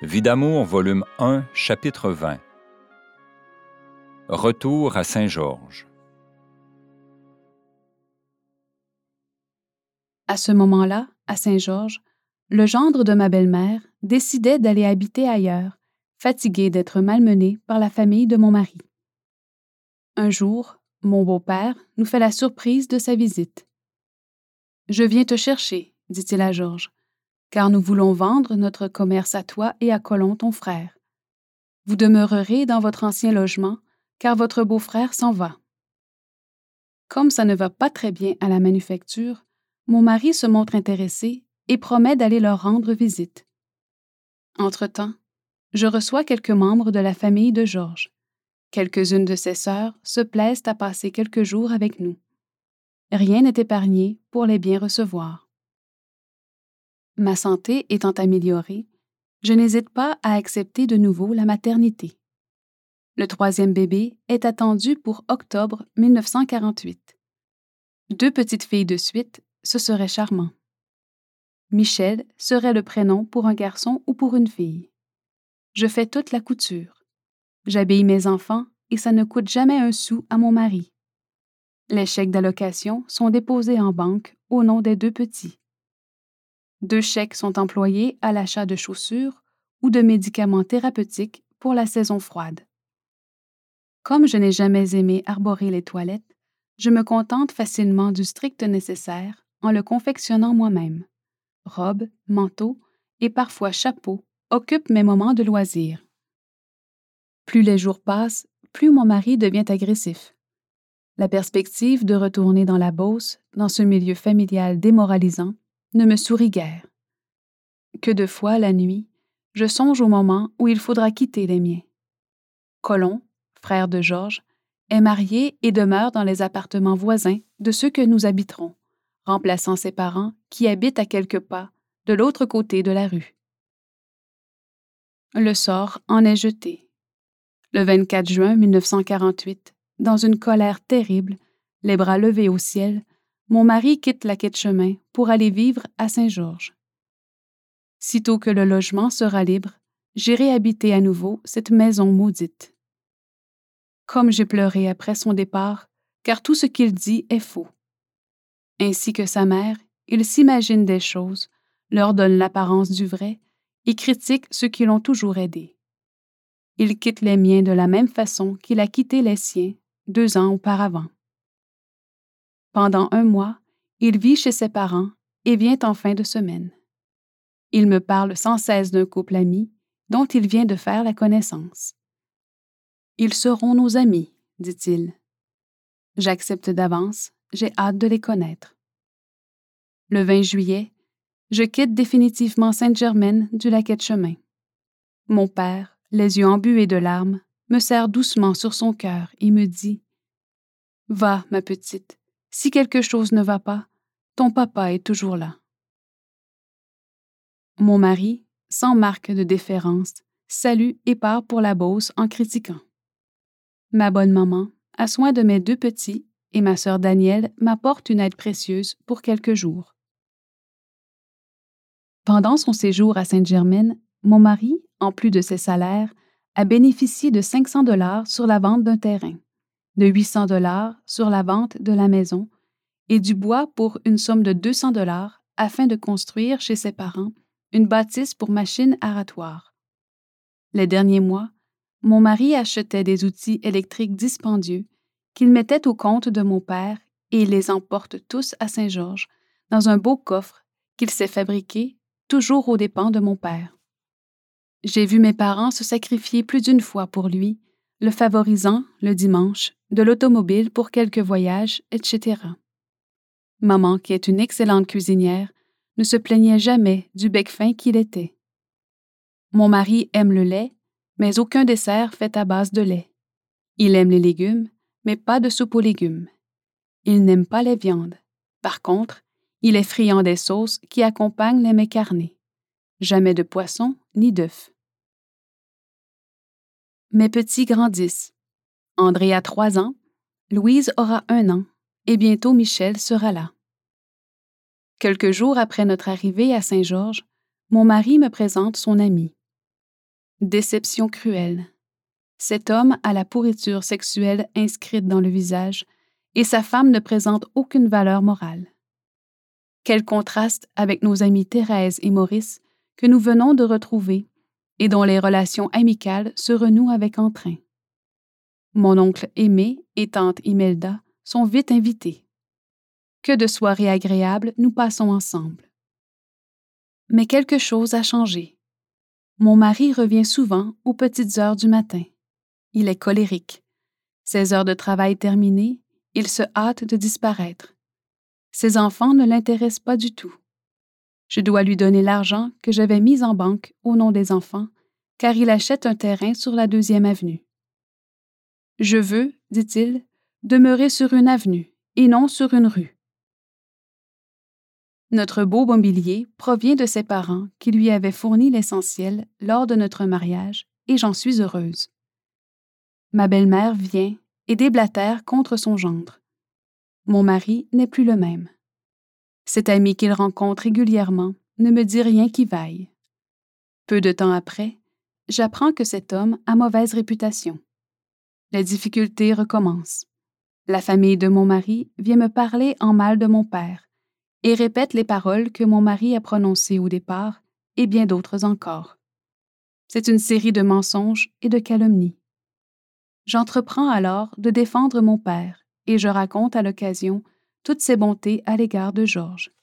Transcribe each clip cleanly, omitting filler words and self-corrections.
Vie d'amour, volume 1, chapitre 20. Retour à Saint-Georges. À ce moment-là, à Saint-Georges, le gendre de ma belle-mère décidait d'aller habiter ailleurs, fatigué d'être malmené par la famille de mon mari. Un jour, mon beau-père nous fait la surprise de sa visite. « Je viens te chercher, dit-il à Georges, car nous voulons vendre notre commerce à toi et à Colomb, ton frère. Vous demeurerez dans votre ancien logement, car votre beau-frère s'en va. » Comme ça ne va pas très bien à la manufacture, mon mari se montre intéressé et promet d'aller leur rendre visite. Entre-temps, je reçois quelques membres de la famille de Georges. Quelques-unes de ses sœurs se plaisent à passer quelques jours avec nous. Rien n'est épargné pour les bien recevoir. Ma santé étant améliorée, je n'hésite pas à accepter de nouveau la maternité. Le 3e bébé est attendu pour octobre 1948. 2 petites filles de suite, ce serait charmant. Michel serait le prénom pour un garçon ou pour une fille. Je fais toute la couture. J'habille mes enfants et ça ne coûte jamais un sou à mon mari. Les chèques d'allocation sont déposés en banque au nom des 2 petits. 2 chèques sont employés à l'achat de chaussures ou de médicaments thérapeutiques pour la saison froide. Comme je n'ai jamais aimé arborer les toilettes, je me contente facilement du strict nécessaire en le confectionnant moi-même. Robes, manteaux et parfois chapeaux occupent mes moments de loisir. Plus les jours passent, plus mon mari devient agressif. La perspective de retourner dans la Beauce, dans ce milieu familial démoralisant, ne me sourit guère. Que de fois, la nuit, je songe au moment où il faudra quitter les miens. Colomb, frère de Georges, est marié et demeure dans les appartements voisins de ceux que nous habiterons, remplaçant ses parents qui habitent à quelques pas, de l'autre côté de la rue. Le sort en est jeté. Le 24 juin 1948, dans une colère terrible, les bras levés au ciel, mon mari quitte la quai-de-chemin pour aller vivre à Saint-Georges. Sitôt que le logement sera libre, j'irai habiter à nouveau cette maison maudite. Comme j'ai pleuré après son départ, car tout ce qu'il dit est faux. Ainsi que sa mère, il s'imagine des choses, leur donne l'apparence du vrai et critique ceux qui l'ont toujours aidé. Il quitte les miens de la même façon qu'il a quitté les siens 2 ans auparavant. Pendant 1 mois, il vit chez ses parents et vient en fin de semaine. Il me parle sans cesse d'un couple ami dont il vient de faire la connaissance. « Ils seront nos amis, dit-il. J'accepte d'avance, j'ai hâte de les connaître. » Le 20 juillet, je quitte définitivement Sainte-Germaine du Quai-de-Chemin. Mon père, les yeux embués de larmes, me serre doucement sur son cœur et me dit « Va, ma petite, si quelque chose ne va pas, ton papa est toujours là. » Mon mari, sans marque de déférence, salue et part pour la Beauce en critiquant. Ma bonne maman a soin de mes 2 petits et ma sœur Danielle m'apporte une aide précieuse pour quelques jours. Pendant son séjour à Sainte-Germaine, mon mari, en plus de ses salaires, a bénéficié de 500 $ sur la vente d'un terrain, de 800 $ sur la vente de la maison et du bois pour une somme de 200 $ afin de construire chez ses parents une bâtisse pour machines aratoires. Les derniers mois, mon mari achetait des outils électriques dispendieux qu'il mettait au compte de mon père et il les emporte tous à Saint-Georges dans un beau coffre qu'il s'est fabriqué toujours aux dépens de mon père. J'ai vu mes parents se sacrifier plus d'une fois pour lui, le favorisant, le dimanche, de l'automobile pour quelques voyages, etc. Maman, qui est une excellente cuisinière, ne se plaignait jamais du bec fin qu'il était. Mon mari aime le lait, mais aucun dessert fait à base de lait. Il aime les légumes, mais pas de soupe aux légumes. Il n'aime pas les viandes. Par contre, il est friand des sauces qui accompagnent les mets carnés. Jamais de poisson ni d'œufs. Mes petits grandissent. André a 3 ans, Louise aura 1 an, et bientôt Michel sera là. Quelques jours après notre arrivée à Saint-Georges, mon mari me présente son ami. Déception cruelle. Cet homme a la pourriture sexuelle inscrite dans le visage et sa femme ne présente aucune valeur morale. Quel contraste avec nos amis Thérèse et Maurice que nous venons de retrouver et dont les relations amicales se renouent avec entrain. Mon oncle Aimé et tante Imelda sont vite invités. Que de soirées agréables nous passons ensemble. Mais quelque chose a changé. Mon mari revient souvent aux petites heures du matin. Il est colérique. Ses heures de travail terminées, il se hâte de disparaître. Ses enfants ne l'intéressent pas du tout. Je dois lui donner l'argent que j'avais mis en banque au nom des enfants, car il achète un terrain sur la 2e avenue. Je veux, dit-il, demeurer sur une avenue et non sur une rue. Notre beau mobilier provient de ses parents qui lui avaient fourni l'essentiel lors de notre mariage et j'en suis heureuse. Ma belle-mère vient et déblatère contre son gendre. Mon mari n'est plus le même. Cet ami qu'il rencontre régulièrement ne me dit rien qui vaille. Peu de temps après, j'apprends que cet homme a mauvaise réputation. Les difficultés recommencent. La famille de mon mari vient me parler en mal de mon père et répète les paroles que mon mari a prononcées au départ et bien d'autres encore. C'est une série de mensonges et de calomnies. J'entreprends alors de défendre mon père et je raconte à l'occasion toutes ses bontés à l'égard de Georges.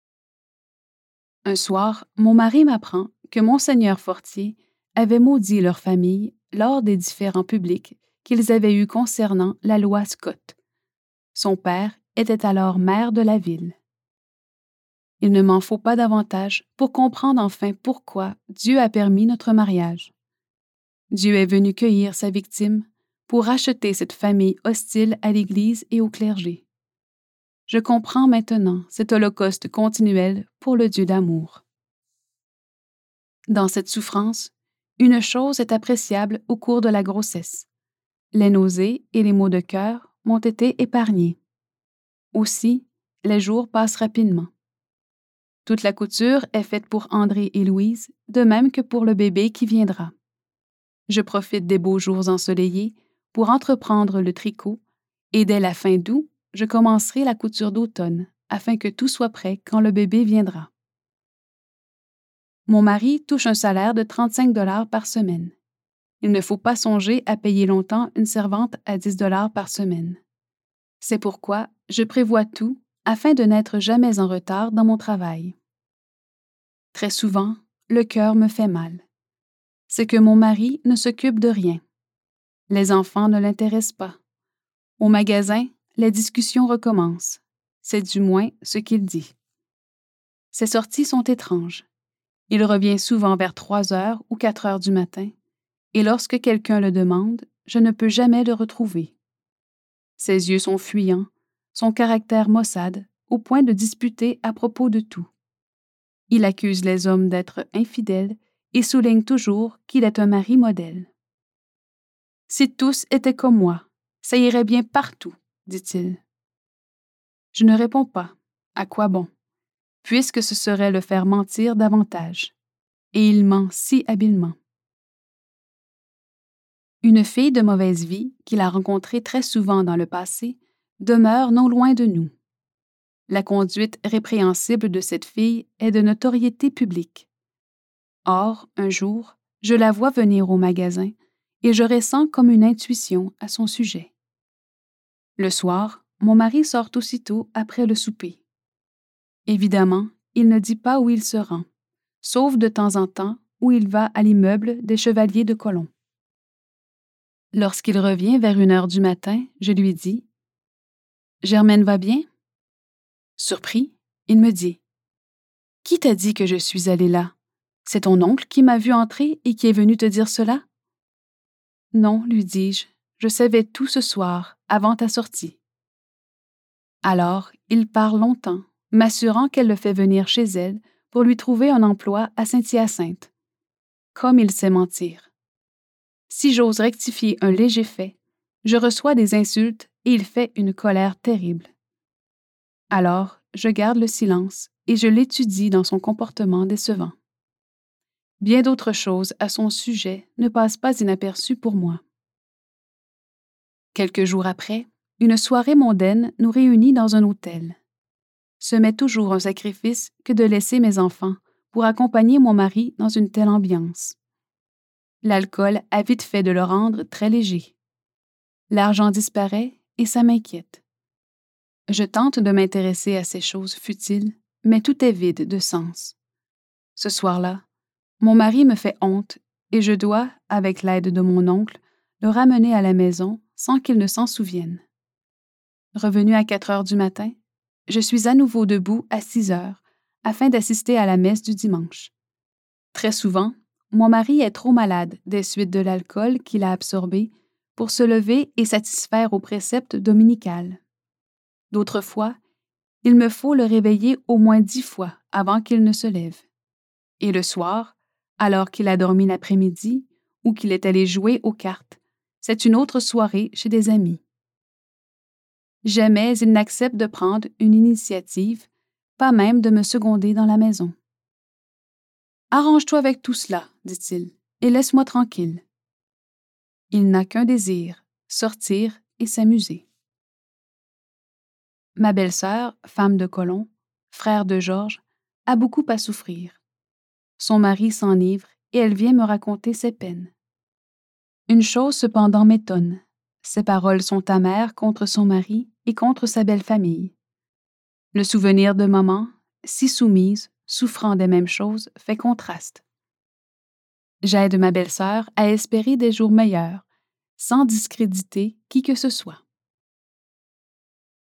Un soir, mon mari m'apprend que Monseigneur Fortier avait maudit leur famille lors des différends publics qu'ils avaient eus concernant la loi Scott. Son père était alors maire de la ville. Il ne m'en faut pas davantage pour comprendre enfin pourquoi Dieu a permis notre mariage. Dieu est venu cueillir sa victime pour racheter cette famille hostile à l'Église et au clergé. Je comprends maintenant cet holocauste continuel pour le Dieu d'amour. Dans cette souffrance, une chose est appréciable au cours de la grossesse. Les nausées et les maux de cœur m'ont été épargnés. Aussi, les jours passent rapidement. Toute la couture est faite pour André et Louise, de même que pour le bébé qui viendra. Je profite des beaux jours ensoleillés pour entreprendre le tricot et dès la fin d'août, je commencerai la couture d'automne afin que tout soit prêt quand le bébé viendra. Mon mari touche un salaire de 35 $ par semaine. Il ne faut pas songer à payer longtemps une servante à 10 $ par semaine. C'est pourquoi je prévois tout afin de n'être jamais en retard dans mon travail. Très souvent, le cœur me fait mal. C'est que mon mari ne s'occupe de rien. Les enfants ne l'intéressent pas. Au magasin, les discussions recommencent. C'est du moins ce qu'il dit. Ses sorties sont étranges. Il revient souvent vers 3 heures ou 4 heures du matin, et lorsque quelqu'un le demande, je ne peux jamais le retrouver. Ses yeux sont fuyants, son caractère maussade, au point de disputer à propos de tout. Il accuse les hommes d'être infidèles et souligne toujours qu'il est un mari modèle. « Si tous étaient comme moi, ça irait bien partout, dit-il. Je ne réponds pas. À quoi bon? Puisque ce serait le faire mentir davantage. Et il ment si habilement. Une fille de mauvaise vie, qu'il a rencontrée très souvent dans le passé, demeure non loin de nous. La conduite répréhensible de cette fille est de notoriété publique. Or, un jour, je la vois venir au magasin et je ressens comme une intuition à son sujet. Le soir, mon mari sort aussitôt après le souper. Évidemment, il ne dit pas où il se rend, sauf de temps en temps où il va à l'immeuble des Chevaliers de Colomb. Lorsqu'il revient vers 1 heure du matin, je lui dis « Germaine va bien? » Surpris, il me dit « Qui t'a dit que je suis allée là? C'est ton oncle qui m'a vu entrer et qui est venu te dire cela? » « Non, lui dis-je, je savais tout ce soir, avant ta sortie. » Alors, il parle longtemps, m'assurant qu'elle le fait venir chez elle pour lui trouver un emploi à Saint-Hyacinthe. Comme il sait mentir. Si j'ose rectifier un léger fait, je reçois des insultes et il fait une colère terrible. Alors, je garde le silence et je l'étudie dans son comportement décevant. Bien d'autres choses à son sujet ne passent pas inaperçues pour moi. Quelques jours après, une soirée mondaine nous réunit dans un hôtel. Ce m'est toujours un sacrifice que de laisser mes enfants pour accompagner mon mari dans une telle ambiance. L'alcool a vite fait de le rendre très léger. L'argent disparaît et ça m'inquiète. Je tente de m'intéresser à ces choses futiles, mais tout est vide de sens. Ce soir-là, mon mari me fait honte et je dois, avec l'aide de mon oncle, le ramener à la maison sans qu'il ne s'en souvienne. Revenu à 4 heures du matin, je suis à nouveau debout à 6 heures afin d'assister à la messe du dimanche. Très souvent, mon mari est trop malade des suites de l'alcool qu'il a absorbé pour se lever et satisfaire au précepte dominical. D'autres fois, il me faut le réveiller au moins 10 fois avant qu'il ne se lève. Et le soir, alors qu'il a dormi l'après-midi ou qu'il est allé jouer aux cartes, c'est une autre soirée chez des amis. Jamais il n'accepte de prendre une initiative, pas même de me seconder dans la maison. « Arrange-toi avec tout cela, dit-il, et laisse-moi tranquille. » Il n'a qu'un désir, sortir et s'amuser. Ma belle-sœur, femme de colon, frère de Georges, a beaucoup à souffrir. Son mari s'enivre et elle vient me raconter ses peines. Une chose cependant m'étonne. Ses paroles sont amères contre son mari et contre sa belle famille. Le souvenir de maman, si soumise, souffrant des mêmes choses, fait contraste. J'aide ma belle-sœur à espérer des jours meilleurs, sans discréditer qui que ce soit.